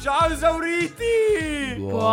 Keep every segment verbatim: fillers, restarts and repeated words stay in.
Ciao esauriti!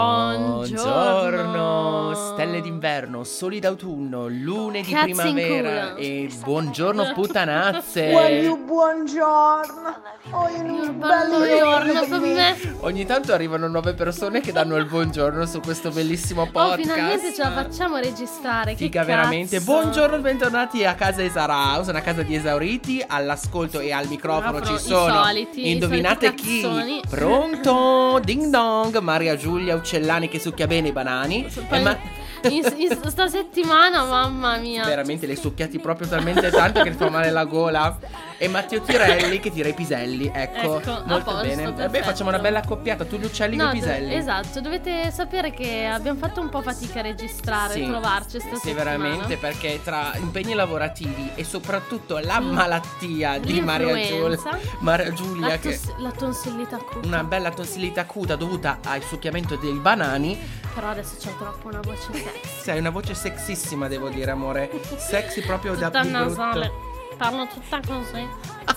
Buongiorno. Stelle d'inverno, soli d'autunno, lune di Cazzi in primavera culo. e buongiorno puttanazze. Voglio buongiorno. Oh, un Buongiorno per me. Ogni tanto arrivano nuove persone che danno il buongiorno su questo bellissimo Oh, podcast. finalmente ce la facciamo registrare. Che Figa, cazzo. veramente. Buongiorno, bentornati a casa Esara House, una casa di esauriti. All'ascolto e al microfono Microfono, ci i sono. soliti, Indovinate i soliti chi? cazzoni. Pronto? Ding dong. Maria Giulia Uccellani che succhia bene i banani. Poi E ma- in, in sta settimana, mamma mia. Veramente le succhiati proprio talmente tanto che ti fa male la gola. E Matteo Tirelli che tira i piselli. Ecco, Ecco, a molto posto, bene. Vabbè, perfetto. facciamo una bella accoppiata. Tu gli uccelli No, e i piselli. do- esatto, dovete sapere che abbiamo fatto un po' fatica a registrare, Sì, trovarci sta sì, settimana. veramente, perché tra impegni lavorativi e soprattutto la malattia di Maria Giulia, L'influenza, Maria Giulia La, che tos- la tonsillita acuta. una bella tonsillite acuta dovuta al succhiamento dei banani. Però adesso c'ho troppo una voce sexy. Sei una voce sexissima, devo dire, amore. Sexy proprio da Tutta di brutto. nasale. Parlo tutta così.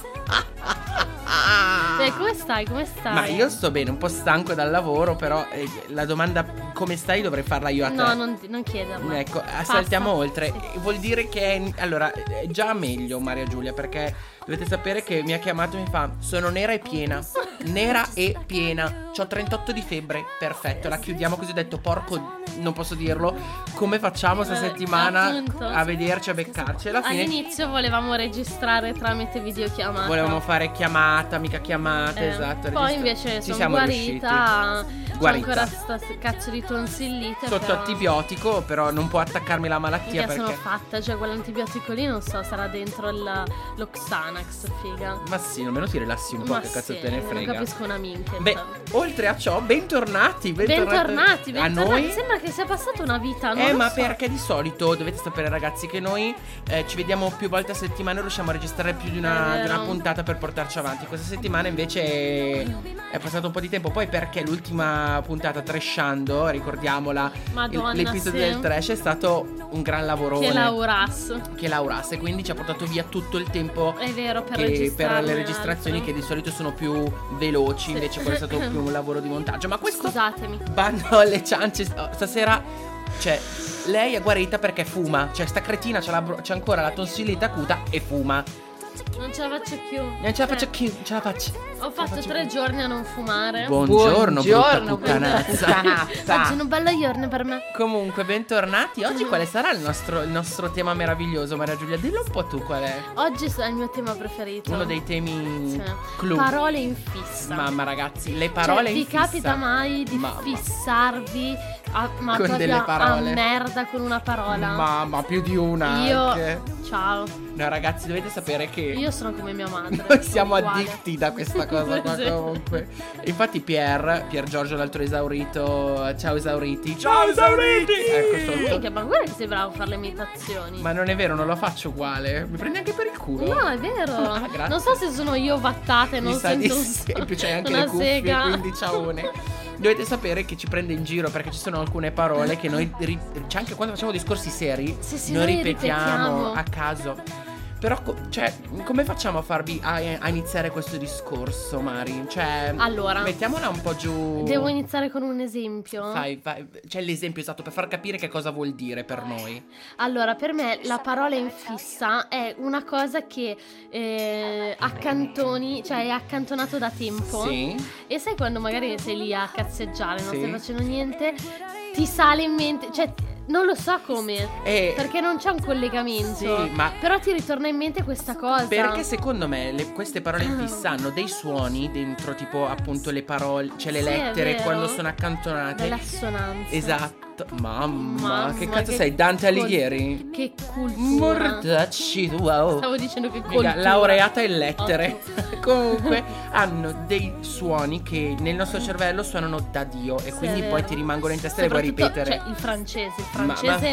Beh, come stai? Come stai? Ma io sto bene, un po' stanco dal lavoro, però eh, la domanda come stai dovrei farla io a te. No, non, non chiederlo. Ecco, Passa. saltiamo oltre. Sì. Vuol dire che è, allora è già meglio Maria Giulia, perché dovete sapere che mi ha chiamato e mi fa: sono nera e piena. Nera e piena. C'ho trentotto di febbre. Perfetto, la chiudiamo così. Ho detto porco, non posso dirlo. Come facciamo sta Eh, settimana appunto. a vederci, a beccarci? Alla fine All'inizio volevamo registrare tramite videochiamata. volevamo fare chiamata, mica chiamata, Eh, esatto. Poi registra- invece Ci sono siamo guarita. riusciti. C'ho Guarita. ancora sta cazzo di tonsillite. Sotto però... antibiotico, però non può attaccarmi la malattia Minchia, sono perché. fatta, cioè quell'antibiotico lì non so, sarà dentro il, lo Xanax, figa. Ma sì, almeno ti rilassi un po', Ma che cazzo sì, te ne non frega. capisco una minchia. Beh, insomma. oltre a ciò, bentornati, bentornati, Bentornati, bentornati. a noi. Sembra che sia passata una vita, non Eh, lo ma so. perché di solito dovete sapere, ragazzi, che noi eh, ci vediamo più volte a settimana e riusciamo a registrare più di una, È di vero. una puntata per portarci avanti. Questa settimana invece è passato un po' di tempo. Poi perché l'ultima puntata trashando, ricordiamola, Madonna, il- l'episodio sì. del trash è stato un gran lavoro. Che laurasso. Che laurasse, quindi ci ha portato via tutto il tempo È vero, per che per registrarne le registrazioni altre. che di solito sono più veloci, invece quello è stato più un lavoro di montaggio. Ma questo Scusatemi. vanno alle ciance. Oh, stasera, cioè, lei è guarita perché fuma. Cioè, sta cretina c'ha, la bro- c'ha ancora la tonsillite acuta e fuma. Non ce la faccio più. Non ce la Cioè, faccio più, ce la faccio. Ho fatto tre giorni a non fumare. Buongiorno, Buongiorno, brutta puttanazza. puttanazza. Oggi è un bello giorno per me. Comunque, bentornati. Oggi quale sarà il nostro, il nostro tema meraviglioso, Maria Giulia? Dillo un po' tu qual è. Oggi è il mio tema preferito. Uno dei temi Sì. clou. Parole in fissa. Mamma ragazzi, le parole cioè, in vi fissa. capita mai di Mamma. fissarvi a, ma Con proprio delle a parole. merda con una parola? Mamma, più di una Io anche. ciao. No ragazzi, dovete sapere che Io sono come mia madre. noi siamo uguale. additti da questa cosa qua Sì. comunque. Infatti Pier, Pier Giorgio l'altro esaurito. Ciao esauriti. Ciao esauriti. Ecco sotto. Minchia, ma guarda che sei bravo a fare le imitazioni. Ma non è vero, non lo faccio uguale. Mi prendi anche per il culo. No, è vero. Ah, grazie. Non so se sono io vattata e Mi non sa di sento un sì. so- E più c'hai anche una le cuffie, sega. quindi ciaone. Dovete sapere che ci prende in giro perché ci sono alcune parole che noi ri- cioè anche quando facciamo discorsi seri Sì, sì, noi noi ripetiamo ripetiamo. a caso. Però co- cioè come facciamo a farvi a, a iniziare questo discorso, Mari? Cioè Allora, mettiamola un po' giù. devo iniziare con un esempio. Fai, fai, c'è l'esempio esatto per far capire che cosa vuol dire per noi. Allora, per me la parola in fissa è una cosa che eh, accantoni, cioè è accantonato da tempo. Sì. E sai quando magari sei lì a cazzeggiare, non Sì. stai facendo niente, ti sale in mente, cioè non lo so come, E perché non c'è un collegamento. Sì, ma- però ti ritorna in mente questa cosa. perché secondo me le- queste parole in fissa hanno dei suoni dentro, tipo appunto le parole, cioè le Sì, è lettere vero. quando sono accantonate. delle assonanze. Esatto. Mamma, Mamma, che cazzo che sei? Dante col- Alighieri? Che cultura. Mordacci, wow. Stavo dicendo che Mica, cultura. laureata in lettere. Comunque hanno dei suoni che nel nostro cervello suonano da Dio e Sì, quindi è poi vero. ti rimangono in testa e le vuoi Soprattutto, ripetere. cioè, il francese, il Ma- francese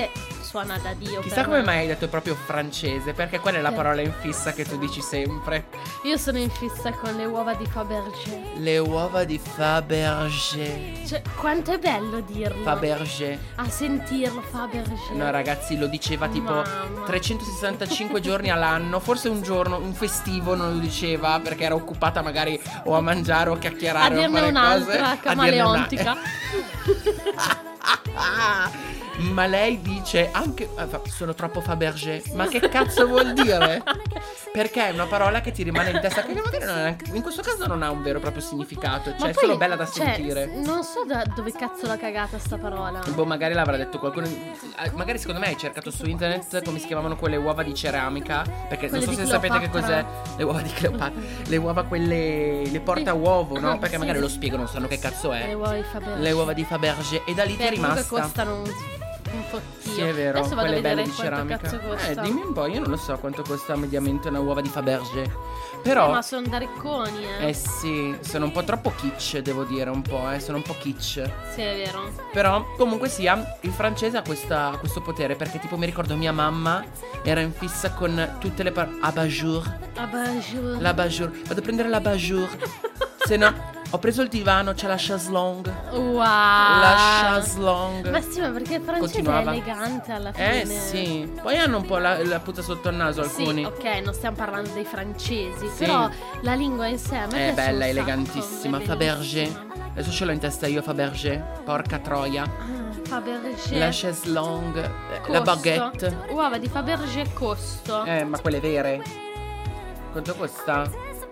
suona da Dio. Chissà per come me. mai hai detto proprio francese, perché quella è la Sì. parola in fissa che tu dici sempre. Io sono in fissa con le uova di Fabergé. Le uova di Fabergé. Cioè, quanto è bello dirlo. Fabergé. A sentirlo, Fabergé. No ragazzi, lo diceva tipo Mamma. trecentosessantacinque giorni all'anno. Forse un giorno, un festivo non lo diceva perché era occupata magari o a mangiare o a chiacchierare A o a dirne fare un'altra, cose. camaleontica. A dirne una- Ma lei dice anche ah, fa- sono troppo Fabergé. Ma che cazzo vuol dire? Perché è una parola che ti rimane in testa, che magari non è anche- in questo caso non ha un vero e proprio significato. Cioè Ma è poi, solo bella da cioè, sentire. Non so da dove cazzo l'ha cagata sta parola. Boh, magari l'avrà detto qualcuno. eh, Magari secondo me hai cercato su internet come si chiamavano quelle uova di ceramica. Perché Quelle non so di se sapete che Cleopatra. cos'è. Le uova di Cleopatra. Le uova quelle. Le porta uovo, no? Perché Sì, magari sì. lo spiegano, non sanno che cazzo Le è. uova di Fabergé. Le uova di Fabergé. E da lì ti Beh, è comunque rimasta. costano un, un fottio. Sì, è vero, Adesso vado quelle a belle vedere di quanto ceramica. cazzo costa. Eh, dimmi un po', io non lo so quanto costa mediamente una uova di Fabergé. Però. Ma sono da ricconi, eh. Eh sì, sono un po' troppo kitsch, devo dire, un po', eh, sono un po' kitsch. Sì, è vero. Però, comunque sia, il francese ha questa- questo potere. Perché tipo mi ricordo mia mamma era in fissa con tutte le parole. Abat-jour, Abat-jour. l'abat-jour. Vado a prendere l'abat-jour. Se no, ho preso il divano, c'è la chaise-longue. Wow. La chaise-longue. Ma sì, ma perché il francese Continuava. è elegante alla fine. Eh sì. Poi hanno un po' la, la puta sotto il naso alcuni. Sì, ok, non stiamo parlando dei francesi, Sì. però la lingua in sé a me È piace bella, un sacco, elegantissima. è Fabergé. bellissima. Adesso ce l'ho in testa io, Fabergé. Porca troia. Ah, Fabergé. La chaise longue. eh, Costo. La baguette. Uova di Fabergé costo Eh, ma quelle vere. Quanto costa?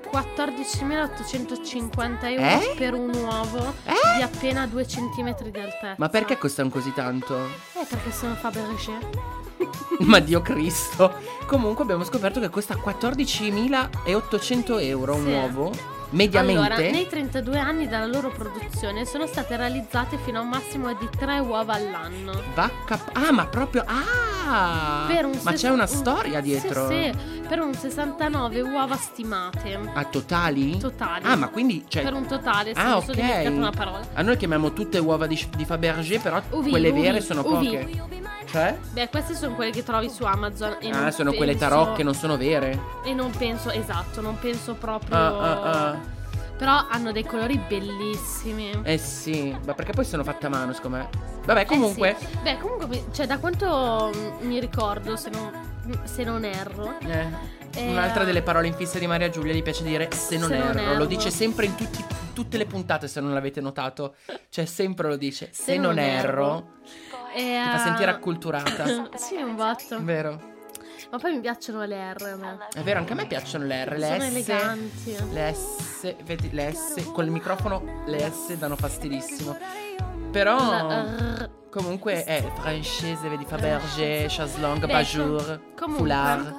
quattordicimilaottocentocinquanta euro Eh? per un uovo Eh? di appena due centimetri di altezza. Ma perché costano così tanto? Eh, perché sono Fabergé. Ma Dio Cristo. Comunque abbiamo scoperto che costa quattordicimilaottocento euro un Sì. uovo. Mediamente. Allora, nei trentadue anni dalla loro produzione sono state realizzate fino a un massimo di tre uova all'anno. Vacca. Ah, ma proprio. Ah! Per un ma ses- c'è una un- storia dietro. Sì, sì, per un sessantanove uova stimate. Ah, totali? Totali. Ah, ma quindi. Cioè, Per un totale, sì, ah, mi sono ok. dimenticata una parola. A noi chiamiamo tutte uova di, di Fabergé, però Uvi, quelle uvi, vere sono uvi. poche. Cioè? Beh, queste sono quelle che trovi su Amazon. E Ah, non sono quelle penso- tarocche, non sono vere. E non penso, esatto, non penso proprio. Ah, ah, ah. Però hanno dei colori bellissimi. Eh sì, ma perché poi sono fatte a mano, secondo me. Vabbè, comunque. Eh sì. Beh, comunque, mi- cioè, da quanto mm, mi ricordo, se non, se non erro. Eh, Eh, Un'altra delle parole in fissa di Maria Giulia gli piace dire se non, Se non erro. Lo erro. dice sempre in, tutti- in tutte le puntate, se non l'avete notato. Cioè, sempre lo dice. Se, Se non, non erro. eh, Ti fa sentire acculturata. Sì, un botto. Vero? Ma poi mi piacciono le R a me. È vero, anche a me piacciono le R, le Sono S. eleganti. Le S, vedi, le S, con il microfono le S danno fastidissimo. Però La R. comunque è francese, vedi Fabergé, Chaise-longue, Beh, Bajour, comunque, Foulard.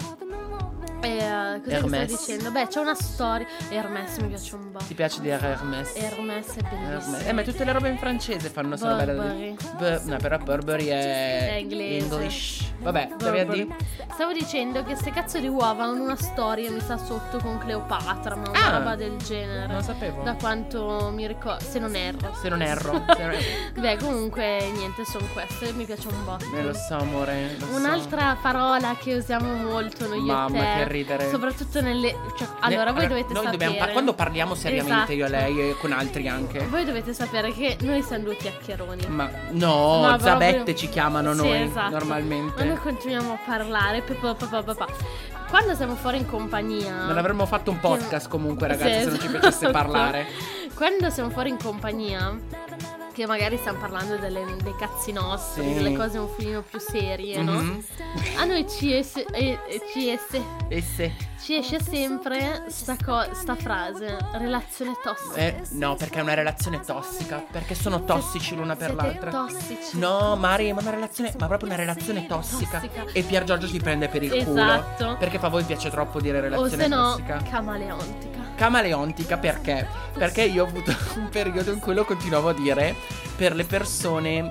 Eh, cosa Hermès. sto dicendo? Beh, c'è una storia. Hermès mi piace un botto. Ti piace dire Hermès? Hermès è bellissimo. Eh, ma tutte le robe in francese fanno sono belle da Burberry. dire. Bu- no, però Burberry è, È inglese. English. Vabbè, stavi a Burberry. dire? Stavo dicendo che ste cazzo di uova hanno una storia, mi sa, sotto con Cleopatra, ma una Ah, roba del genere. Non sapevo. Da quanto mi ricordo, se non erro. Se non erro. Se non erro. Beh, comunque, niente, sono queste, mi piace un botto. Eh, lo so, amore. Lo so. Un'altra parola che usiamo molto noi Mamma, e te, che ridere. soprattutto nelle cioè, allora voi dovete noi sapere dobbiamo par- quando parliamo seriamente Esatto. io e lei e con altri anche. voi dovete sapere che noi siamo due chiacchieroni. Ma no, Ma zabette proprio- ci chiamano Sì, noi esatto. normalmente. Ma noi continuiamo a parlare pa, pa, pa, pa, pa, pa. Quando siamo fuori in compagnia Non avremmo fatto un podcast comunque, ragazzi, Sì, se non ci esatto. piacesse parlare. Quando siamo fuori in compagnia, che magari stiamo parlando delle, dei cazzi nostri, Sì. delle cose un filino più serie, no? Mhm. A noi ci esce, eh, eh, ci esce, E se ci esce sempre sta, co- sta frase, relazione tossica. eh, no, perché è una relazione tossica, perché sono tossici l'una per Siete l'altra. tossici. No, Mari, ma una relazione, ma proprio una relazione tossica. Tossica. E Pier Giorgio ci prende per il Esatto. culo. Perché fa a voi piace troppo dire O relazione se no, tossica. camaleontica. Camaleontica perché? Perché io ho avuto un periodo in cui lo continuavo a dire per le persone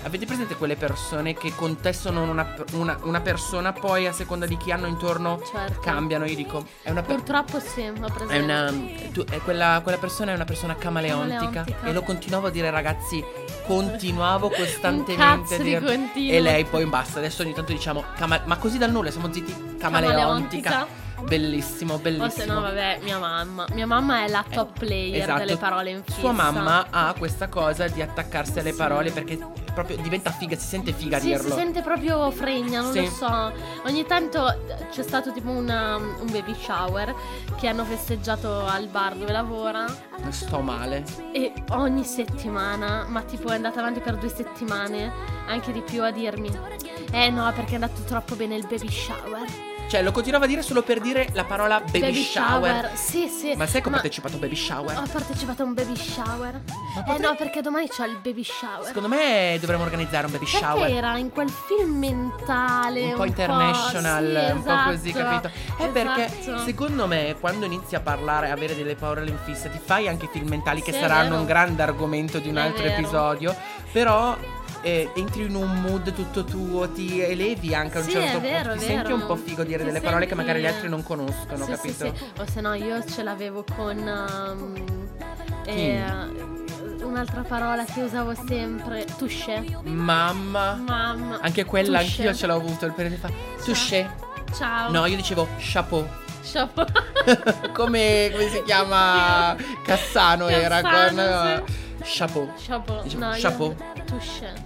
Avete presente quelle persone che con te sono una, una, una persona, poi a seconda di chi hanno intorno Certo. cambiano? Io dico, è una per- Purtroppo sì, ho presente. è una tu- è quella, quella persona è una persona camaleontica, Camaleontica. e lo continuavo a dire, ragazzi, continuavo Un costantemente cazzo a di dirlo. continuo. E lei poi basta, adesso ogni tanto diciamo cama- ma così dal nulla siamo zitti, camaleontica. Camaleontica. Bellissimo, bellissimo. O se no, vabbè, mia mamma. Mia mamma è la top player Esatto. delle parole in fissa. Sua mamma ha questa cosa di attaccarsi alle parole, perché proprio diventa figa, si sente figa a Sì, dirlo. si sente proprio fregna, non Sì. lo so. Ogni tanto c'è stato tipo una- un baby shower che hanno festeggiato al bar dove lavora. Sto male. E ogni settimana, ma tipo è andata avanti per due settimane, anche di più, a dirmi: Eh no, perché è andato troppo bene il baby shower. Cioè, lo continuavo a dire solo per dire la parola baby, shower. Sì, sì. Ma sai che ho partecipato a un baby shower? Ho partecipato a un baby shower. Ma Eh potrei- no, perché domani c'ho il baby shower. Secondo me dovremmo organizzare un baby Perché shower. era in quel film mentale Un po' international, sì, un po' così, esatto, capito? È perché esatto. secondo me quando inizi a parlare, a avere delle parole in fissa, ti fai anche film mentali che Sì, è saranno vero. un grande argomento di un È altro vero. episodio. Però eh, entri in un mood tutto tuo, ti elevi anche a un Sì, certo è vero, punto. Ti è senti vero. un po' figo dire Ti delle parole che senti- magari gli altri non conoscono, Sì, capito? sì, sì. O se no, io ce l'avevo con um, eh, un'altra parola che usavo sempre, touché. Mamma. Mamma. Anche quella Touché. anch'io ce l'ho avuto il periodo fa. Touché. Ciao. No, io dicevo chapeau. Chapeau. come, come si chiama? Cassano, era Cassano, con chapeau. Chapeau. Dicevo, No, chapeau. io touché.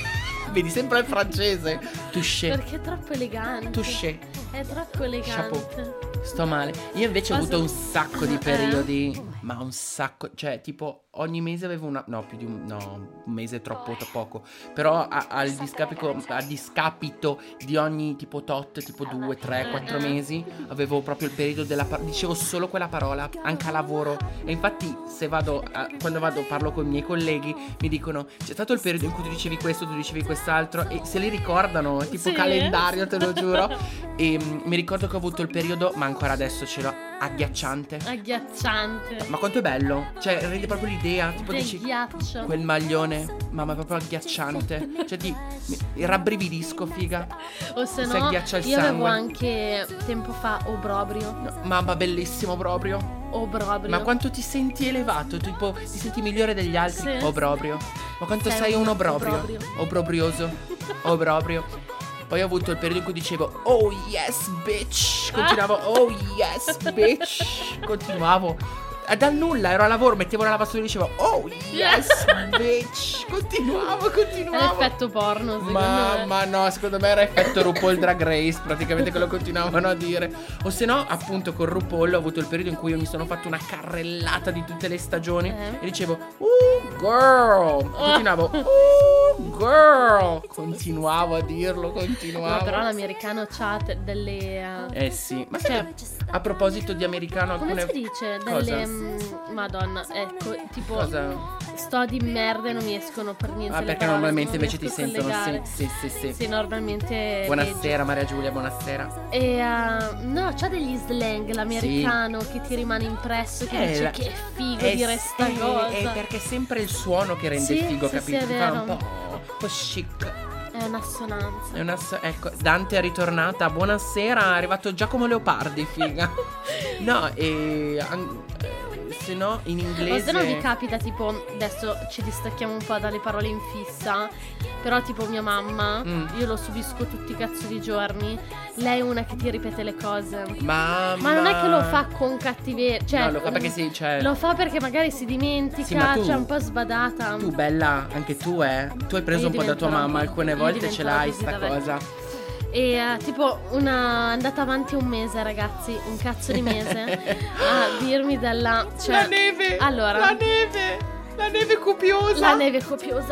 Vedi sempre il francese. Touché. Perché è troppo elegante. Touché. È troppo elegante. Chapeau. Sto male. Io invece ho Ma avuto se- un sacco di Eh? periodi. Ma un sacco. Cioè, tipo, ogni mese avevo una. No, più di un. No, un mese è troppo, troppo poco. Però a- al discapito, a discapito di ogni tipo tot, tipo due, tre, quattro mesi, avevo proprio il periodo della parola. Dicevo solo quella parola, anche a lavoro. E infatti, se vado. A, quando vado, parlo con i miei colleghi, mi dicono: c'è stato il periodo in cui tu dicevi questo, tu dicevi quest'altro. E se li ricordano, è tipo Sì. calendario, te lo giuro. E mm, mi ricordo che ho avuto il periodo, ma ancora adesso ce l'ho, agghiacciante. Agghiacciante. Ma quanto è bello? Cioè, rende proprio l'idea. Tipo Del dici, ghiaccio. quel maglione, mamma, è proprio agghiacciante. Cioè, ti mi- rabbrividisco, figa. O se si no, agghiaccia il io avevo sangue. anche tempo fa obrobrio. No, mamma, bellissimo proprio. Obrobrio. Ma quanto ti senti elevato? Tipo, ti senti migliore degli altri? Sì. Obrobrio. Ma quanto sei, Sei un un obrobrio? obrobrio. Obbrobrioso. Obrobrio. Poi ho avuto il periodo in cui dicevo oh yes bitch. Continuavo oh yes bitch. Continuavo. E dal nulla, ero a lavoro, mettevo la lavastoviglie e dicevo oh yes bitch. Continuavo, È continuavo. l'effetto porno, secondo Ma, me. ma no, secondo me era effetto RuPaul Drag Race, praticamente, che lo continuavano a dire. O se no, appunto, con RuPaul ho avuto il periodo in cui io mi sono fatto una carrellata di tutte le stagioni Eh. e dicevo uh girl. Continuavo uh girl. Continuavo a dirlo, continuavo. No, però l'americano c'ha te- delle uh, Eh sì, ma Cioè, sai che a proposito di americano, come alcune si dice? Cosa? Delle mm, Madonna, ecco, tipo Cosa? sto di merda e non mi escono per niente Ah, le perché parole, normalmente non invece ti riesco a sentono. Sì, collegare. sì, sì, sì. Sì, normalmente Buonasera Maria Giulia, buonasera. E uh, no, c'ha degli slang l'americano che ti rimane impresso, che Eh, dice la- che è figo Eh, dire sta sì, cosa. È perché è sempre il suono che rende Sì, figo, sì, capito? sì, è Ti fa vero. un po', un po' chic. È un'assonanza. È una so- ecco, Dante è ritornata. Buonasera, è arrivato Giacomo Leopardi, figa. No, e an- eh, se no in O inglese. se no vi capita tipo, adesso ci distacchiamo un po' dalle parole in fissa, però tipo mia mamma, Mm. io lo subisco tutti i cazzo di giorni, lei è una che ti ripete le cose. Mamma. Ma non è che lo fa con cattiveria, cioè No, lo fa perché si, cioè, lo fa perché magari si dimentica, Sì, ma tu- cioè è un po' sbadata. tu bella, anche tu, eh. Tu hai preso Io un po' da tua diventerò- mamma, alcune io volte ce diventerò l'hai così sta da vecchia. cosa. E eh, tipo una è andata avanti un mese, ragazzi, un cazzo di mese a dirmi della, cioè, La neve. allora, La neve. La neve copiosa. la neve copiosa.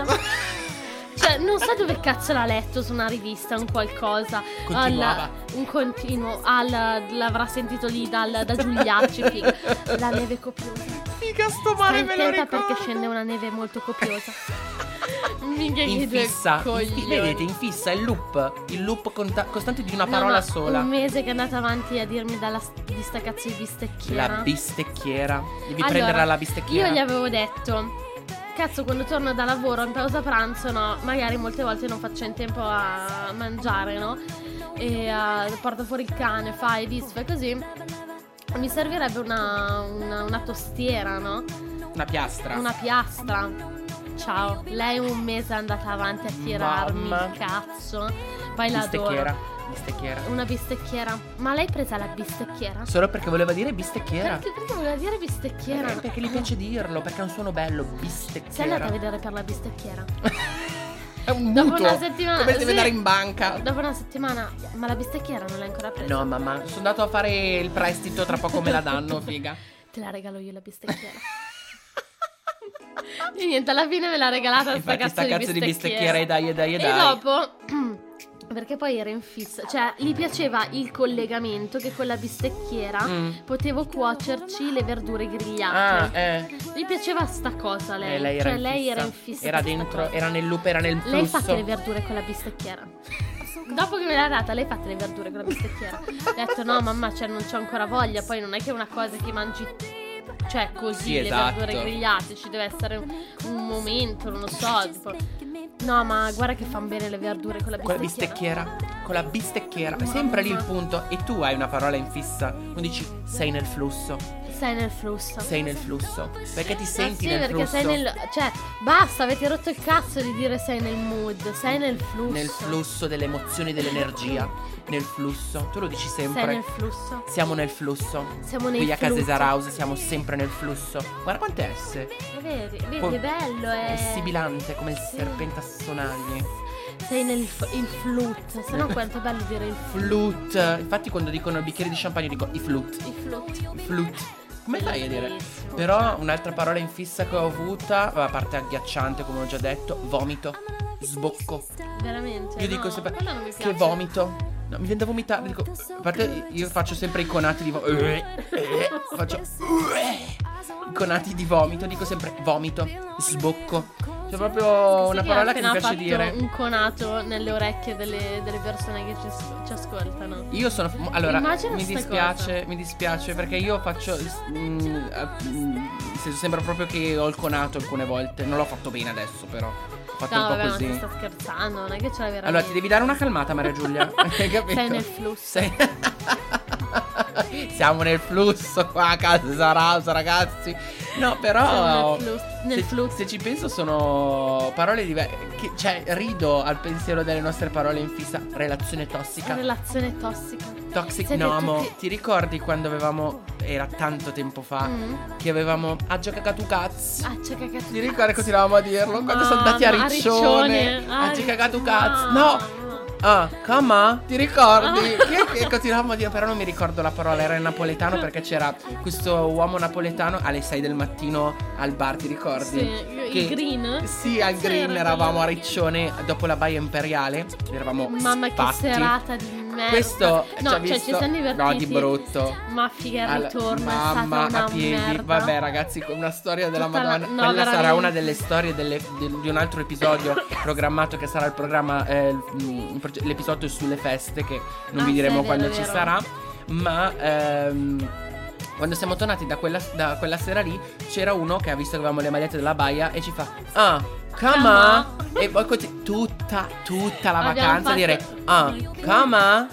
Cioè, non so dove cazzo l'ha letto, su una rivista, un qualcosa. Continuava. Al- un continuo. Al, l'avrà sentito lì dal, da Giuliacci. Figa. La neve copiosa. Figa, sto Stai male, me lo attenta ricordo. perché scende una neve molto copiosa. Minchia, che In due fissa, in fi- coglioni. vedete, in fissa il loop, il loop conta- costante di una No, parola no, sola. Un mese che è andata avanti a dirmi dalla di sta cazzo di bistecchiera. La bistecchiera. Devi Allora, prenderla la bistecchiera. Io gli avevo detto cazzo, quando torno da lavoro in pausa pranzo, no, magari molte volte non faccio in tempo a mangiare, no? E uh, porto fuori il cane, fai, disfai così. Mi servirebbe una, una, una tostiera, no? Una piastra. Una piastra. Ciao. Lei un mese è andata avanti a tirarmi Mamma. il cazzo. Poi la Bistecchiera. adoro. Bistecchiera. Una bistecchiera. Ma lei presa la bistecchiera? Solo perché voleva dire bistecchiera. Perché, perché voleva dire bistecchiera? Eh, perché gli piace dirlo, perché è un suono bello, Sei andata bistecchiera. a vedere per la bistecchiera? È un Dopo mutuo. una settimana, Come deve sì. andare in banca. Dopo una settimana. Ma la bistecchiera non l'hai ancora presa? No, mamma, sono andato a fare il prestito, tra poco me la danno, figa. Te la regalo io la bistecchiera. E niente, alla fine me l'ha regalata sta Infatti cazzo, sta cazzo di bistecchiera, e dai, e dai, e E dai. dopo, perché poi era in fissa, cioè gli piaceva il collegamento che con la bistecchiera Mm. potevo cuocerci le verdure grigliate. Ah, eh. Gli piaceva sta cosa a lei. Eh, lei era cioè in lei fissa. era in fissa. Era per sta dentro, cosa. era nel loop, era nel Lei flusso. fatte le verdure con la bistecchiera. Dopo che me l'ha data, lei fatte le verdure con la bistecchiera. Ho detto no mamma, cioè non c'ho ancora voglia. Poi non è che è una cosa che mangi, cioè così, Sì, le esatto. verdure grigliate. Ci deve essere un, un momento, non lo so, tipo. No ma guarda che fanno bene le verdure con la Con la bistecchiera. bistecchiera, con la bistecchiera, è sempre lì il punto. E tu hai una parola in fissa, non dici sei nel flusso, Sei nel flusso. sei nel flusso, perché ti senti Ah, sì, nel perché flusso. sei nel. Cioè, basta, avete rotto il cazzo di dire sei nel mood. Sei nel flusso. Nel flusso delle emozioni, dell'energia, nel flusso. Tu lo dici sempre. Sei nel flusso. Siamo nel flusso. Siamo nei Qui a flutti. Casesar House siamo sempre nel flusso. Guarda quante S. Vedi, vedi, Poi- è bello, è. È sibilante come il Sì. serpente a sonagli. Sei nel f- il flut. Se no quanto è bello dire il flut. Flute. Infatti quando dicono il bicchiere di champagne dico i flute. Il flut. I flute. Come fai a dire? Bellissimo. Però un'altra parola in fissa che ho avuta, a parte agghiacciante come ho già detto, vomito. Sbocco. Veramente. Io no, dico sempre quello non mi che piace. vomito. No, mi viene da vomitare. Dico, a parte io faccio sempre i conati di vomito. Faccio i conati di vomito. Dico sempre vomito, sbocco. C'è proprio una Sì, che ha parola che mi appena piace fatto dire. un conato nelle orecchie delle, delle persone che ci, as- ci ascoltano. Io sono. Allora, Immagina mi sta dispiace, mi dispiace perché io faccio. mm, eh, mm, nel senso, sembra proprio che ho il conato alcune volte. Non l'ho fatto bene adesso, però. Ho fatto No, un po' vabbè, ma così. ti sta scherzando, non è che ce l'hai veramente. Allora, ti devi dare una calmata, Maria Giulia. Hai capito? Sei nel flusso. Sei- Siamo nel flusso qua a Casesar House, ragazzi. No, però. Siamo nel flus- nel se, flux. se ci penso, sono parole diverse. Cioè, rido al pensiero delle nostre parole in fissa. Relazione tossica. Relazione tossica. Toxic Siete no, amo. tutti- Ti ricordi quando avevamo. Era tanto tempo fa. Mm. Che avevamo. Ha giocato cazzo. Ah, c'è cagato. Ti ricordi che continuavamo a dirlo? Quando sono andati a Mamma, Riccione. Riccione. Ha cagato Riccione. cazzo. No. Ah, come? Ti ricordi? Ah. Che, che continuavamo a dire, però non mi ricordo la parola, era in napoletano perché c'era questo uomo napoletano alle sei del mattino al bar, ti ricordi? Sì, il green? Sì, al C'era green eravamo quello. a Riccione dopo la Baia Imperiale, eravamo Mamma, che spatti. serata di merda. Questo No, ci ha cioè visto... ci siamo divertiti. No, di brutto. Ma figa, il Al- ritorno mamma è stata a una piedi. merda. Vabbè, ragazzi, una storia della Tutta la- Madonna. no, Quella sarà veramente. una delle storie delle- del- di un altro episodio programmato, che sarà il programma, eh, il- mm, proge- l'episodio sulle feste, che non Ah, vi sì, diremo è quando vero, ci è vero. sarà. Ma ehm, quando siamo tornati da quella, da quella sera lì, c'era uno che ha visto che avevamo le magliette della Baia e ci fa: ah, come? E poi continu- tutta, tutta la Abbiamo vacanza fatto- a dire: ah, come?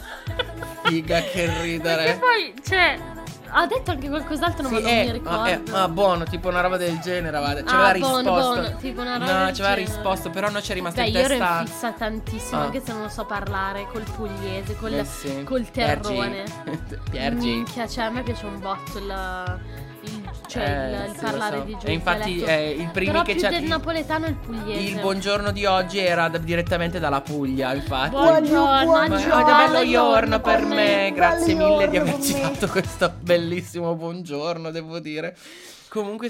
Figa, che Perché ridere. poi, cioè, ha detto anche qualcos'altro, ma Sì, non eh, mi ricordo. ah, eh, ah, buono, tipo una roba del genere, guarda. Ci Ah, aveva buono, risposto. buono, tipo una roba No, del ci aveva genere. risposto, però non ci è rimasto Beh, in io ero testa. in fissa tantissimo, Ah. anche se non lo so parlare, col pugliese, col, Eh sì. col terrone. Piergi. Piergi. Minchia, cioè a me piace un botto il, il, cioè Eh, il, il sì, lo parlare so. di giù. E infatti eh, il primo Però che più c'è del napoletano è il pugliese. il buongiorno di oggi era da- direttamente dalla Puglia, infatti. Buongiorno, Ma Buongiorno, che bello buongiorno giorno per me. Grazie Bello mille di giorno averci per me. fatto questo bellissimo buongiorno, devo dire. Comunque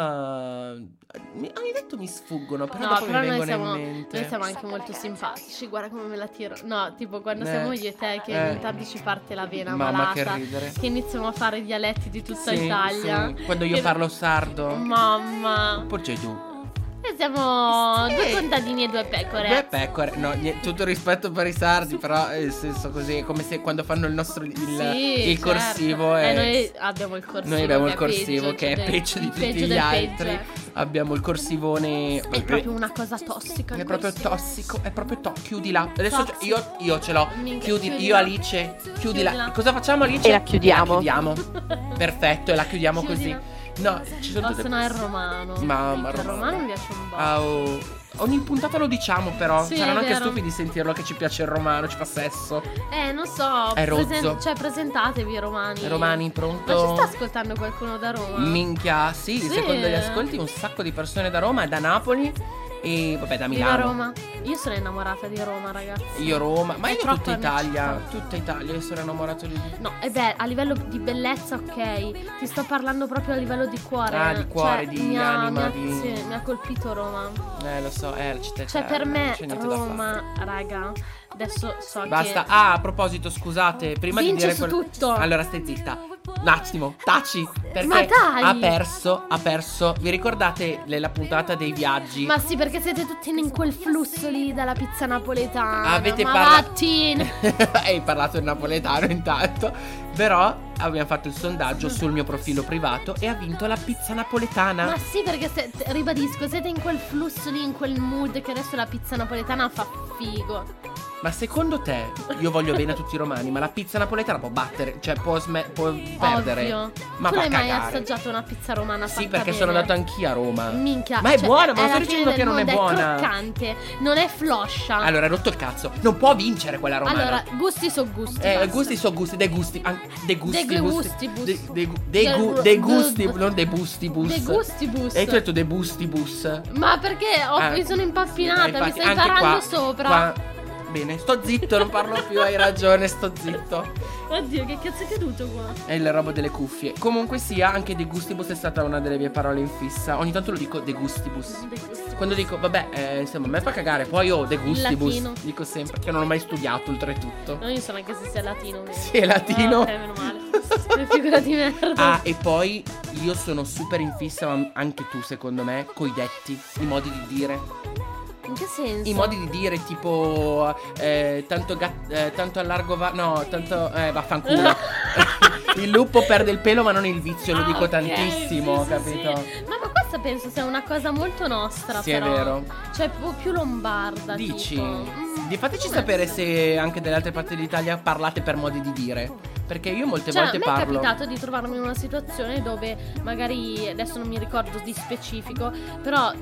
sia, mi, ogni tanto mi sfuggono, però No, dopo però mi noi vengono siamo, in mente. noi siamo anche molto simpatici. Guarda come me la tiro. No, tipo quando Eh. siamo io e te, che Eh. ogni tanto ci parte la vena Mamma, malata. che ridere. Che iniziamo a fare i dialetti di tutta Sì, Italia. sì. Quando io Che- parlo sardo. Mamma. Poi tu. Noi siamo Sì. due contadini e due pecore. Due pecore, no, nie- tutto rispetto per i sardi, però eh, nel senso così, è come se quando fanno il nostro il, Sì, il corsivo certo. è- Eh, noi abbiamo il corsivo. noi abbiamo che il è corsivo peggio che è del- peggio di il tutti peggio gli del altri. peggio, ecco. abbiamo il corsivone. È proprio una cosa tossica. È il proprio corsivo. tossico, è proprio to- chiudi là. Adesso Toxic. io, io ce l'ho. Minchia, Chiudi, chiudi io là. Alice, chiudi, Chiudi là. là. Cosa facciamo Alice? E la chiudiamo. La chiudiamo. Perfetto, e la chiudiamo Chiudi così. là. No, ci sono O tutte se no è il romano. Mamma, Il romano. romano mi piace un po'. Ah, oh. Ogni puntata lo diciamo però. Sì, Saranno è anche vero. stufi di sentirlo che ci piace il romano, ci fa sesso. Eh, non so. È rozzo. Cioè, presentatevi romani. Romani, Ma pronto? ci sta ascoltando qualcuno da Roma? Minchia, sì, Sì. secondo gli ascolti un sacco di persone da Roma e da Napoli e vabbè da Viva Milano. Roma. Io sono innamorata di Roma, ragazzi. Io Roma, ma È io troppo tutta la mia Italia, città. tutta Italia, io sono innamorato di No, e beh, a livello di bellezza, ok. Ti sto parlando proprio a livello di cuore. Ah, di cuore, Cioè, di mi ha- anima, mi ha- di- sì, mi ha colpito Roma. Eh, lo so, è la città Cioè, eterna, per me, non c'è niente da fare. Roma, raga. Adesso so Basta. che. Ah, a proposito, scusate, prima Vince di dire su quel- tutto. Allora, stai zitta. Un attimo, taci, perché Ma dai! ha perso, ha perso. Vi ricordate le- la puntata dei viaggi? Ma sì, perché siete tutti in quel flusso lì dalla pizza napoletana. Avete ma parla- vattene. Hai parlato in napoletano intanto. Però abbiamo fatto il sondaggio sul mio profilo privato e ha vinto la pizza napoletana. Ma sì, perché se- te- ribadisco, siete in quel flusso lì, in quel mood che adesso la pizza napoletana fa figo. Ma secondo te, io voglio bene a tutti i romani, ma la pizza napoletana può battere, cioè può, sme- può perdere? Ovvio. Ma tu va l'hai a mai cagare. assaggiato una pizza romana Sì, fatta perché bene? sono andato anch'io a Roma. Minchia. Ma è cioè, buona, ma non la sto dicendo fine che del non è mondo, buona. È croccante, non è floscia. Allora, hai rotto il cazzo. Non può vincere quella romana. Allora, gusti so gusti. Eh, basta. gusti so gusti, dei gusti, an- dei gusti, De gusti, gustibus. de- de- gu- dei De- gu- dei de- gusti, de- non dei bustibus. De gustibus. E tu hai detto dei bustibus. Ma perché ho- Ah, mi sono impappinata, eh, mi infatti, stai anche parlando qua- sopra. qua- Bene, sto zitto, non parlo più, hai ragione, sto zitto. Oddio, che cazzo è caduto qua? È il robo delle cuffie. Comunque sia, anche de gustibus è stata una delle mie parole in fissa. Ogni tanto lo dico de gustibus. De gustibus. Quando dico, vabbè, eh, insomma, a me fa cagare. Poi ho de gustibus. latino. Dico sempre, che non ho mai studiato oltretutto. Non io so neanche se sia latino. vero? Sì, è latino. Ah, ok, meno male. Che figura di merda. Ah, e poi io sono super in fissa, ma anche tu secondo me, coi detti, i modi di dire. In che senso? I modi di dire tipo eh, tanto, gat- eh, tanto a largo va... No, tanto... Eh, vaffanculo. Il lupo perde il pelo ma non il vizio, lo Ah, dico ok, tantissimo, sì, sì, capito? sì. Ma, ma questa penso sia una cosa molto nostra, Sì, è però. vero. Cioè, più, più lombarda. Dici? tipo. Mm, Di fateci può sapere essere. se anche delle altre parti d'Italia parlate per modi di dire. Perché io molte Cioè, a volte me parlo. è capitato di trovarmi in una situazione dove magari adesso non mi ricordo di specifico, però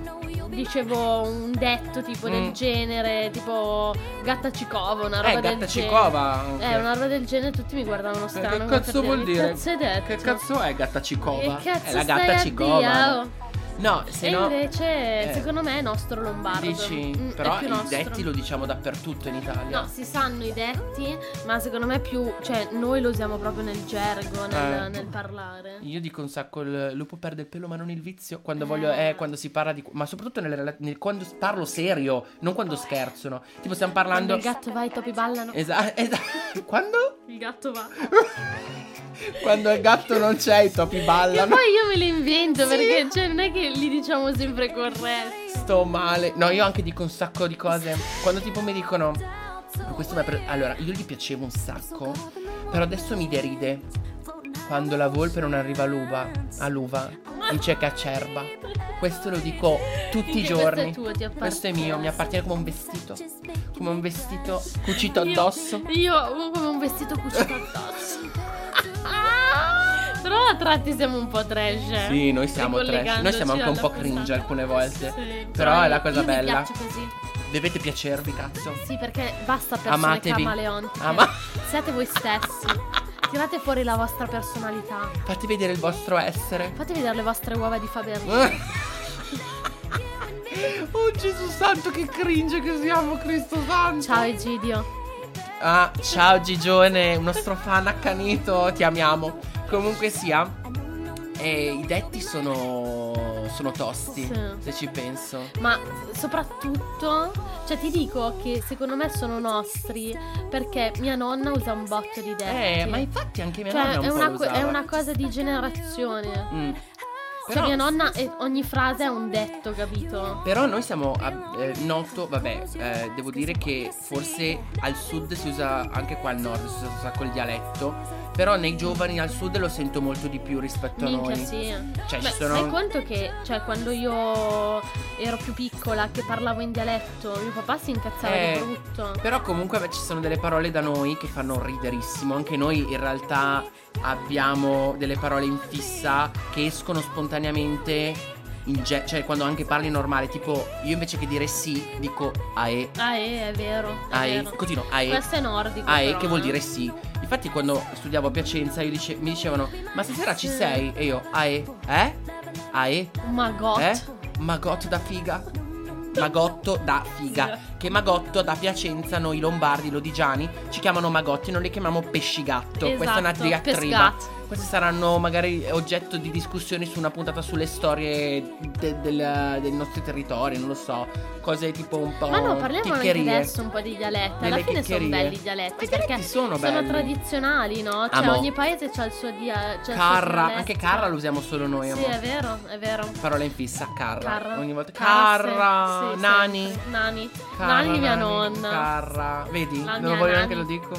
dicevo un detto tipo Mm. del genere, tipo gatta cicova, una roba Eh, del gatta genere. cicova. Eh, una roba del genere, tutti mi guardavano Eh, strano. Che come cazzo per vuol dirmi, dire? Che cazzo hai detto? Che cazzo è gatta cicova? Che cazzo è la stai gatta a cicova. dire? Oh. No, se E no. invece, eh, secondo me, è nostro lombardo. Dici? Mm, è Però più i nostro. detti lo diciamo dappertutto in Italia. No, si sanno i detti, ma secondo me più, cioè noi lo usiamo proprio nel gergo, nel, Eh. nel parlare. Io dico un sacco il lupo perde il pelo ma non il vizio. Quando Eh. voglio, eh, quando si parla di. Ma soprattutto nelle rela- nel- quando parlo serio, non quando scherzo, no? Tipo stiamo Quando parlando. il gatto va, i topi ballano. Esatto, esatto. Quando? Il gatto va. Quando il gatto non c'è, i topi E ballano. poi io me li invento Sì. perché cioè, non è che li diciamo sempre corretti. Sto male. No, io anche dico un sacco di cose. Quando tipo mi dicono. "Ma questo mi ha pre-" Allora, io gli piacevo un sacco. Però adesso mi deride. Quando la volpe non arriva all'uva, all'uva, dice che acerba. Questo lo dico tutti i Questo giorni. è tuo, ti Questo è appartiene. mio, mi appartiene come un vestito. Come un vestito cucito Io- addosso. Io ho come un vestito cucito addosso. Però a tratti siamo un po' trash. eh. Sì, noi siamo trash. Noi siamo anche un po' Ricollegandoci cringe alla alcune volte. Sì, Però è la io- cosa io mi bella. piaccio così. Dovete piacervi, cazzo. Sì, perché basta persone Amatevi. camaleontiche. Ama- Siate voi stessi. Tirate fuori la vostra personalità. Fate vedere il vostro essere. Fate vedere le vostre uova di Fabergé. Oh Gesù santo, che cringe che siamo, Cristo santo. Ciao Egidio. Ah, ciao Gigione, un nostro fan accanito, ti amiamo. Comunque sia, eh, i detti sono sono tosti, Sì. se ci penso. Ma soprattutto, cioè ti dico che secondo me sono nostri perché mia nonna usa un botto di detti. Eh, ma infatti anche mia Cioè nonna un è po' una, lo co- è usava. una cosa di generazione. Mm. Però- Cioè mia nonna e ogni frase è un detto, capito? Però noi siamo a- eh, noto, vabbè, eh, devo dire che forse al sud si usa, anche qua al nord si usa un sacco il dialetto. Però nei giovani al sud lo sento molto di più rispetto a Minchia, noi. sì. Cioè, Beh, ci sono. sai conto che, cioè, quando io ero più piccola, che parlavo in dialetto, mio papà si incazzava Eh, di brutto. Però comunque beh, ci sono delle parole da noi che fanno riderissimo. Anche noi in realtà abbiamo delle parole in fissa che escono spontaneamente. In ge- cioè quando anche parli normale. Tipo io invece che dire sì dico ae. Ah, eh, è vero. È Ae. vero. Continuo ae. Questo è nordico. Ae però, che vuol eh. dire sì. Infatti quando studiavo a Piacenza io dice- mi dicevano ma stasera ci sei? E io ae. Eh? Ae? Magot. Eh? Magotto da figa? Magotto da figa. Che Magotto da Piacenza, noi lombardi, lodigiani, ci chiamano Magotti, non li chiamiamo pescigatto. Esatto, Questa è una diatriba. pescat. Questi saranno magari oggetto di discussioni su una puntata sulle storie de- del- dei nostri territori, non lo so. Cose tipo un po' Ma no, parliamo anche chiccherie. adesso un po' di dialetti. Alla Delle fine sono chiccherie. belli i dialetti. Ma i dialetti perché sono belli. tradizionali, no? Cioè, Amo. ogni paese c'ha il suo dia- c'ha il suo Carra, dialetto. anche Carra lo usiamo solo noi, Sì, amore. è vero, è vero. Parola in fissa, Carra. Carra. Ogni volta Carra, Carra, sì, sì, Nani. sempre. Nani. Carra, Nani mia Nani, nonna. Carra. Vedi? La Non mia voglio Nani. neanche lo dico.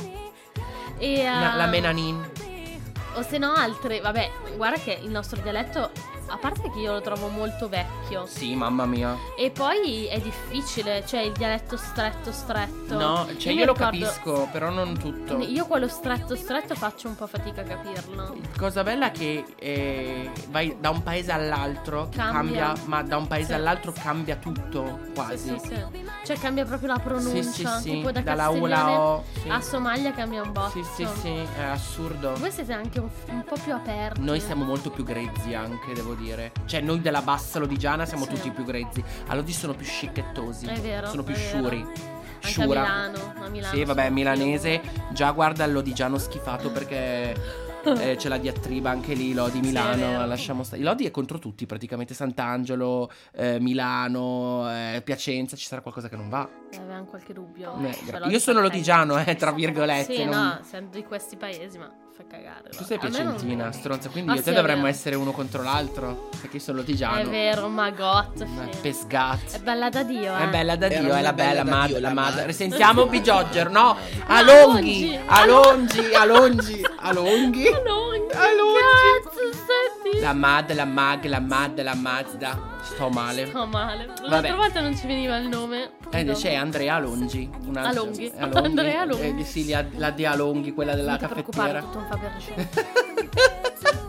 E, Na- la ehm, Menanin. O se no altre, vabbè, guarda che il nostro dialetto, a parte che io lo trovo molto vecchio, Sì, mamma mia. e poi è difficile, cioè il dialetto stretto stretto. No, cioè mi io lo ricordo- capisco, però non tutto. Io quello stretto stretto faccio un po' fatica a capirlo. Cosa bella è che eh, vai da un paese all'altro, che Cambia. cambia, ma da un paese Sì. all'altro cambia tutto, quasi. Sì, sì, sì. Cioè cambia proprio la pronuncia, Sì, sì, sì, tipo da dalla U alla castiglione O, sì. a Somalia cambia un botto. Sì, sì, sì, è assurdo. Voi siete anche un, un po' più aperti. Noi siamo molto più grezzi anche, devo dire. Cioè noi della bassa lodigiana siamo Sì. tutti più grezzi. A Lodi sono più scicchettosi. È vero, Sono più è vero. sciuri. Anche Sciura. a Milano, a Milano Sì, vabbè, sono milanese. Già guarda il lodigiano schifato perché eh, c'è la diatriba anche lì, Lodi, Sì, è Milano. vero. Lasciamo stare. Lodi è contro tutti, praticamente. Sant'Angelo, eh, Milano, eh, Piacenza. Ci sarà qualcosa che non va. più- Avevamo qualche dubbio. Eh, Però Io sono ok. lodigiano, eh, tra virgolette. Sì, non- no, siamo di questi paesi, ma fa cagare. Tu va. sei A me non- piacentina, stronza, quindi Ah, io e sì, te è dovremmo vero. essere uno contro l'altro. Perché io sono lodigiano. È vero, Magot, Eh, sì. Pesgat. È bella da Dio, eh. È bella da Era Dio, è una la bella bella da madre, Dio, la la madre. madre. Risentiamo Bigiogger, no? Ah, Alonghi, Alonghi. Alongi, Alongi, Alonghi. Alonghi, Alonghi. cazzo, senti. La mad, la mag, la mad, la Mazda. Sto male. Sto male. Vabbè. L'altra volta non ci veniva il nome. Eh, invece è Andrea Alongi. Un altro- Alonghi. Alonghi. Andrea Alonghi. Eh, sì, la, la De Alonghi, quella della Non ti preoccupare, caffettiera. tutto un Fabergé.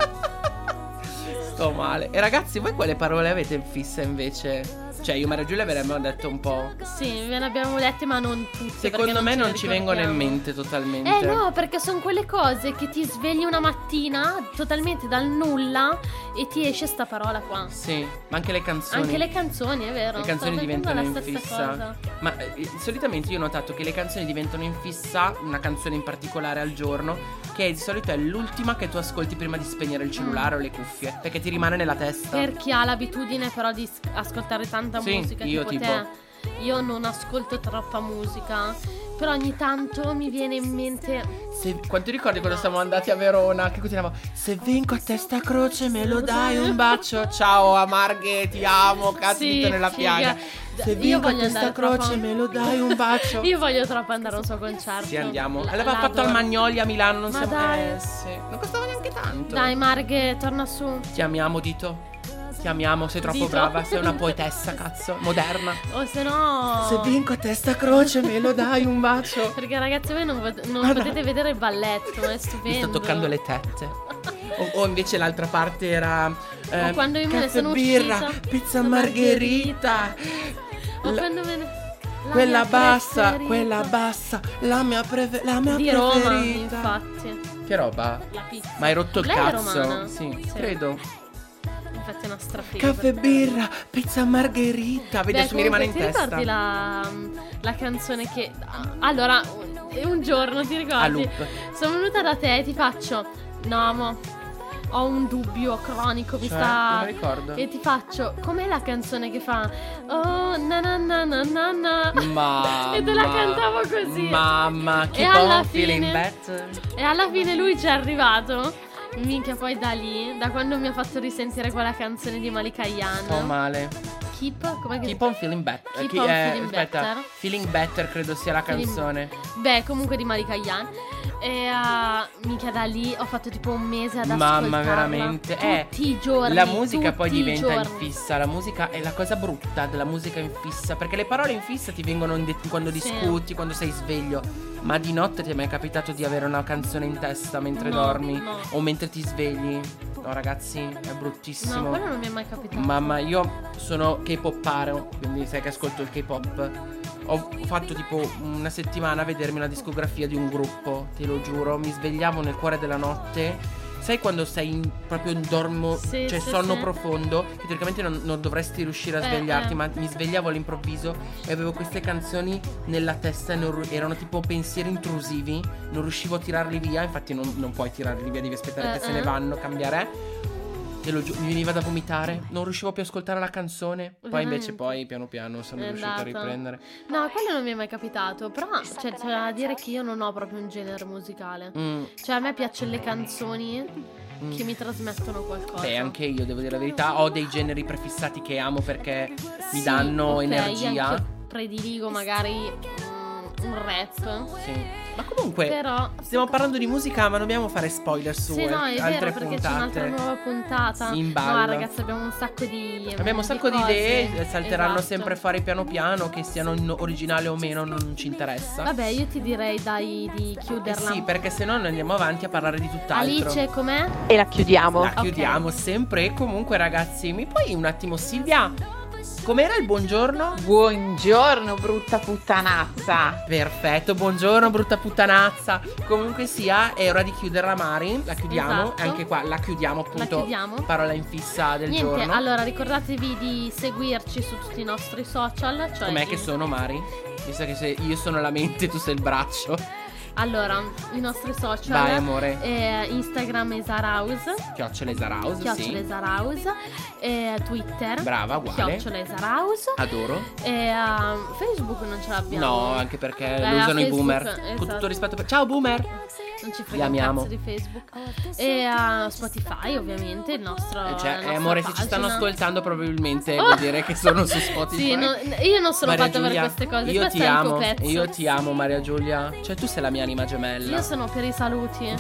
Sto male. E ragazzi, voi quale parole avete in fissa invece? Cioè, io e Maria Giulia ve le abbiamo detto un po'. Sì, ve ne abbiamo dette, ma non tutte. perché Secondo me ce non le ci vengono in ricordiamo. mente totalmente. Eh no, perché sono quelle cose che ti svegli una mattina totalmente dal nulla e ti esce sta parola qua. Sì, ma anche le canzoni. Anche le canzoni, è vero. Le canzoni Stavo pensando diventano alla in stessa fissa. cosa. Ma eh, solitamente io ho notato che le canzoni diventano in fissa, una canzone in particolare al giorno, che di solito è l'ultima che tu ascolti prima di spegnere il cellulare o le cuffie, perché ti rimane nella testa. Per chi ha l'abitudine però di s- ascoltare tanta Sì, musica, io tipo, tipo. te. Io non ascolto troppa musica, però ogni tanto mi viene in mente. Se, quanto ti ricordi quando siamo andati a Verona? Che continuavo. Se vinco a testa croce me lo dai un bacio. Ciao a Marghe, ti amo, cazzo Sì, nella figa. piaga. Se Io vinco a voglio testa andare croce troppo- me lo dai un bacio. Io voglio troppo andare a un suo concerto. Sì, andiamo. L- L'aveva fatto al l'adoro. Magnoli a Milano, non Ma siamo. dai. Eh sì. Non costava neanche tanto. Dai Marghe, torna su. Ti amiamo, Dito. Ti amiamo, sei troppo Dito. brava. Sei una poetessa, cazzo. Moderna. O se no. Se vinco a testa croce me lo dai un bacio. Perché ragazzi voi non, pot- non Guarda. potete vedere il balletto, è stupendo. Mi sto toccando le tette. O, o invece l'altra parte era eh, O quando io me ne caffè, sono birra, uscita. pizza La margherita. O La- quando me ne... la quella mia bassa, preferita. quella bassa, la mia, preve- la mia Di Roma, preferita. infatti. Che roba? La pizza. Ma hai rotto il Lei è cazzo? romana? Sì, Sì. credo. Infatti è una strafiga. Caffè, birra, pizza margherita. Vedi, Beh, adesso mi rimane in comunque, ti testa. ricordi la, la canzone che... Allora, un, un giorno, ti ricordi? A loop. Sono venuta da te e ti faccio... No, mo, ho un dubbio cronico, mi Cioè, sta... non mi ricordo. E ti faccio... Com'è la canzone che fa... Oh, na na na na na na... Mamma. E te la cantavo così. Mamma, che E alla buon feeling fine- better. E alla fine lui ci è arrivato Minchia, poi da lì, da quando mi ha fatto risentire quella canzone di Malika Yan. Sto male. Keep, come che Keep on feeling better. Keep Chi- on eh, feeling aspetta, better. Feeling better credo sia la Feeling- canzone. Beh, comunque di Malika Yan. E uh, minchia, da lì ho fatto tipo un mese ad ascoltarla. Mamma, veramente. Eh, tutti i giorni. La musica tutti poi i diventa in giorni. fissa. La musica è la cosa brutta della musica in fissa. Perché le parole in fissa ti vengono in de- quando Sì. discuti, quando sei sveglio. Ma di notte ti è mai capitato di avere una canzone in testa mentre No, dormi? no. O mentre ti svegli? No, ragazzi, è bruttissimo. No, quello non mi è mai capitato. Mamma, io sono K-poparo, quindi sai che ascolto il K-pop. Ho fatto tipo una settimana a vedermi una discografia di un gruppo, te lo giuro. Mi svegliavo nel cuore della notte. Sai quando sei in, proprio in dormo, Sì, cioè sì, sonno sì. profondo, che teoricamente non, non dovresti riuscire a Eh, svegliarti, eh. ma mi svegliavo all'improvviso e avevo queste canzoni nella testa e non ru- erano tipo pensieri intrusivi, non riuscivo a tirarli via, infatti non, non puoi tirarli via, devi aspettare Eh, che se ne eh. vanno, cambiare. Te lo giuro, mi veniva da vomitare, non riuscivo più a ascoltare la canzone. Poi invece Veramente? poi piano piano sono È riuscito a andata. riprendere. No, quello non mi è mai capitato. Però cioè, c'è da dire che io non ho proprio un genere musicale. Mm, Cioè, a me piacciono le canzoni mm. che mi trasmettono qualcosa. Beh, anche io devo dire la verità, ho dei generi prefissati che amo perché mi Sì, danno ok, energia. anche prediligo magari mm, un rap. Sì. Ma comunque Però stiamo parlando di musica, ma non dobbiamo fare spoiler su sì, no, è altre vero, perché c'è un'altra puntate. nuova puntata. In No, ballo. ragazzi, abbiamo un sacco di Abbiamo un sacco di, cose. idee, salteranno Esatto. sempre fuori piano piano, che siano in- originali o meno, non ci interessa. Vabbè, io ti direi dai di Eh chiuderla. sì, perché se no noi andiamo avanti a parlare di tutt'altro. Alice, com'è? E la chiudiamo. La chiudiamo sempre. E comunque, ragazzi, mi puoi un attimo, Silvia? Com'era il buongiorno? Buongiorno, brutta puttanazza. Perfetto, buongiorno, brutta puttanazza. Comunque sia, è ora di chiuderla, Mari. La chiudiamo. Esatto. Anche qua la chiudiamo, appunto. La chiudiamo. Parola in fissa del Niente, giorno. allora ricordatevi di seguirci su tutti i nostri social. Cioè Com'è in- che sono, Mari? Visto che se io sono la mente, tu sei il braccio. Allora, i nostri social. Vai, amore. eh, Instagram Esaraus. Chiocciola Esaraus, Chiocciola sì. Esaraus. eh, Twitter. Brava, uguale. Chiocciola Esaraus. Adoro. E um, Facebook non ce l'abbiamo. No, anche perché Beh, lo usano i Facebook, boomer. esatto. Con tutto rispetto per... Ciao, boomer. Non ci Li frega un amiamo. cazzo di Facebook. E uh, Spotify, ovviamente, il nostro. Eh, cioè, la eh, nostra amore, se ci stanno pagina. ascoltando, probabilmente vuol dire che sono su Spotify. Sì, no, io non sono Maria fatta Giulia, per queste cose. Io Questo ti è il amo. tuo pezzo. Io ti amo, Maria Giulia. Cioè, tu sei la mia anima gemella. Io sono per i saluti.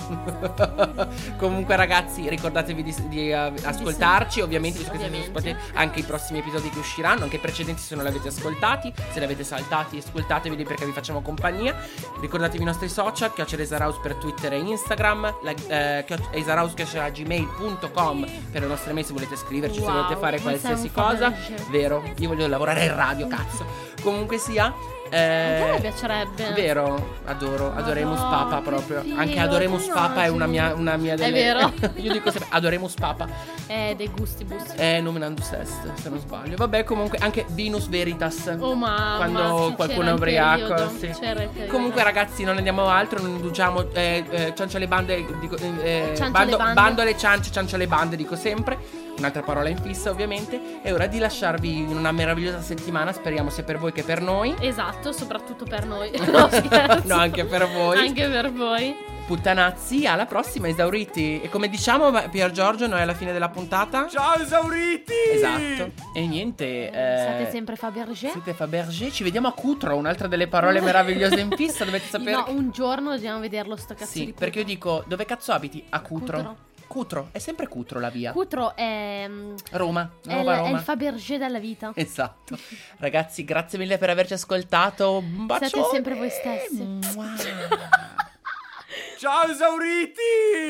Comunque, ragazzi, ricordatevi di, di, uh, ascoltarci. Ovviamente, visto che siete su Ovviamente. Spotify, anche i prossimi episodi che usciranno, anche i precedenti se non li avete ascoltati. Se li avete saltati, ascoltateveli perché vi facciamo compagnia. Ricordatevi i nostri social, Chiocciola Esaraus per Twitter e Instagram, la, eh, esaraus chiocciola gmail punto com per le nostre mail se volete scriverci, se Wow, volete fare ma qualsiasi sei un cosa. Fabergé. Vero, io voglio lavorare in radio, cazzo. Comunque sia. Anche a me Eh, piacerebbe. vero, adoro, Adoremus Madonna, Papa che proprio. figo, Anche Adoremus ti Papa è una immagini? mia, una mia È delle... vero. Io dico sempre Adoremus Papa. Eh, dei gustibus. È Nominandus Est, se non sbaglio. Vabbè, comunque anche Venus Veritas. Oh mamma, Quando sì, qualcuno c'era è il ubriaco, periodo, sì. c'era il periodo. Comunque, ragazzi, non andiamo altro, non indugiamo. Eh, eh, ciancio alle bande, dico, eh, Ciancio bando, alle bande. bando alle ciance, ciancio alle bande, dico sempre. Un'altra parola in fissa, ovviamente. È ora di lasciarvi in una meravigliosa settimana. Speriamo sia per voi che per noi. Esatto, soprattutto per noi. No, scherzo. No, anche per voi. Anche per voi. Puttanazzi, alla prossima, esauriti. E come diciamo, Pier Giorgio, noi alla fine della puntata. Ciao esauriti! Esatto. E niente. eh, Siete sempre Fabergé? Siete Fabergé. Ci vediamo a Cutro, un'altra delle parole meravigliose in fissa. Dovete sapere. No, un giorno dobbiamo vederlo sto cazzo Sì, di perché io Cutro. dico, dove cazzo abiti? A Cutro. Cutro. Cutro, è sempre Cutro la via. Cutro è, mm, Roma, è, nuova il, è Roma. il Fabergé della vita. Esatto. Ragazzi, grazie mille per averci ascoltato. Un bacione. Siete sempre voi stessi. Mua. Ciao esauriti!